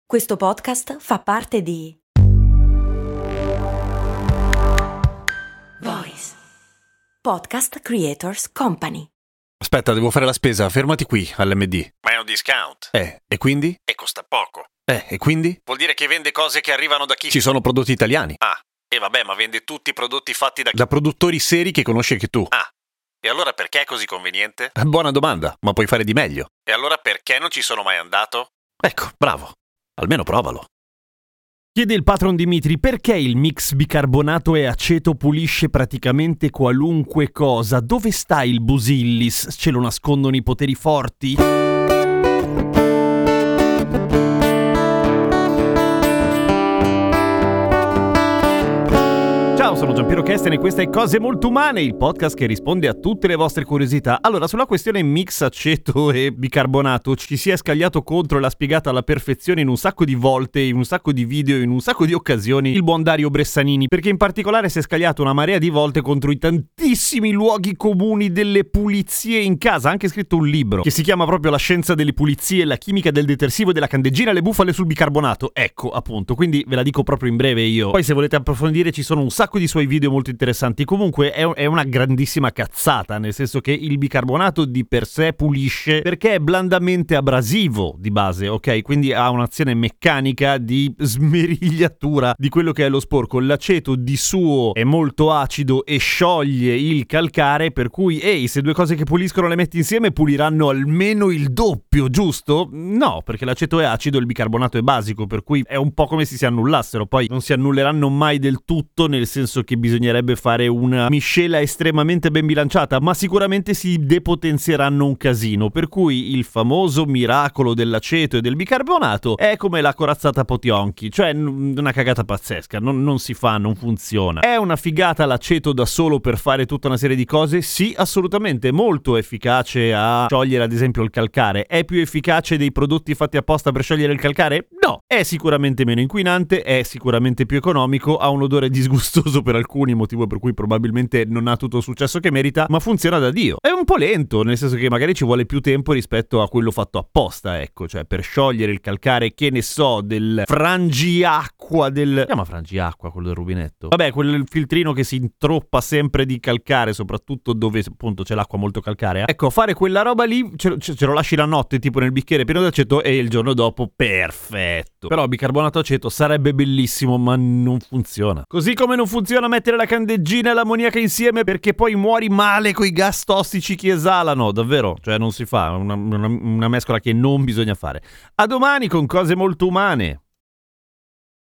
Questo podcast fa parte di Voice Podcast Creators Company. Aspetta, devo fare la spesa, fermati qui all'MD. Ma è un discount. E quindi? E costa poco. E quindi? Vuol dire che vende cose che arrivano da chi? Ci sono prodotti italiani. Ah, e vabbè, ma vende tutti i prodotti fatti da chi? Da produttori seri che conosci anche tu. Ah, e allora perché è così conveniente? Buona domanda, ma puoi fare di meglio. E allora perché non ci sono mai andato? Ecco, bravo. Almeno provalo. Chiede il patron Dimitri perché il mix bicarbonato e aceto pulisce praticamente qualunque cosa. Dove sta il Busillis? Ce lo nascondono i poteri forti? Ciao, sono Giampiero Kesten e questa è Cose Molto Umane, il podcast che risponde a tutte le vostre curiosità. Allora, sulla questione mix aceto e bicarbonato ci si è scagliato contro e l'ha spiegata alla perfezione in un sacco di volte, in un sacco di video, in un sacco di occasioni il buon Dario Bressanini, perché in particolare si è scagliato una marea di volte contro i tantissimi luoghi comuni delle pulizie in casa. Ha anche scritto un libro che si chiama proprio La scienza delle pulizie, la chimica del detersivo e della candeggina, le bufale sul bicarbonato. Ecco, appunto, quindi ve la dico proprio in breve io. Poi se volete approfondire ci sono un sacco di suoi video molto interessanti. Comunque è una grandissima cazzata, nel senso che il bicarbonato di per sé pulisce perché è blandamente abrasivo di base, ok? Quindi ha un'azione meccanica di smerigliatura di quello che è lo sporco. L'aceto di suo è molto acido e scioglie il calcare, per cui se due cose che puliscono le metti insieme puliranno almeno il doppio, giusto? No, perché l'aceto è acido e il bicarbonato è basico, per cui è un po' come se si annullassero. Poi non si annulleranno mai del tutto, nel senso che bisognerebbe fare una miscela estremamente ben bilanciata, ma sicuramente si depotenzieranno un casino, per cui il famoso miracolo dell'aceto e del bicarbonato è come la corazzata Potionchi, cioè una cagata pazzesca, non si fa, non funziona. È una figata l'aceto da solo per fare tutta una serie di cose? Sì, assolutamente, molto efficace a sciogliere ad esempio il calcare. È più efficace dei prodotti fatti apposta per sciogliere il calcare? No. È sicuramente meno inquinante, è sicuramente più economico, ha un odore disgustoso per alcuni, motivo per cui probabilmente non ha tutto il successo che merita, ma funziona da Dio. È un po' lento, nel senso che magari ci vuole più tempo rispetto a quello fatto apposta, ecco, cioè per sciogliere il calcare, che ne so, del frangiacqua si chiama frangiacqua quello del rubinetto? Vabbè, quel filtrino che si introppa sempre di calcare, soprattutto dove appunto c'è l'acqua molto calcarea. Ecco, fare quella roba lì ce lo lasci la notte tipo nel bicchiere pieno d'aceto e il giorno dopo perfetto. Però bicarbonato aceto sarebbe bellissimo, ma non funziona. Così come non funziona mettere la candeggina e l'ammoniaca insieme, perché poi muori male coi gas tossici che esalano, davvero, cioè non si fa, una mescola che non bisogna fare. A domani con Cose Molto Umane.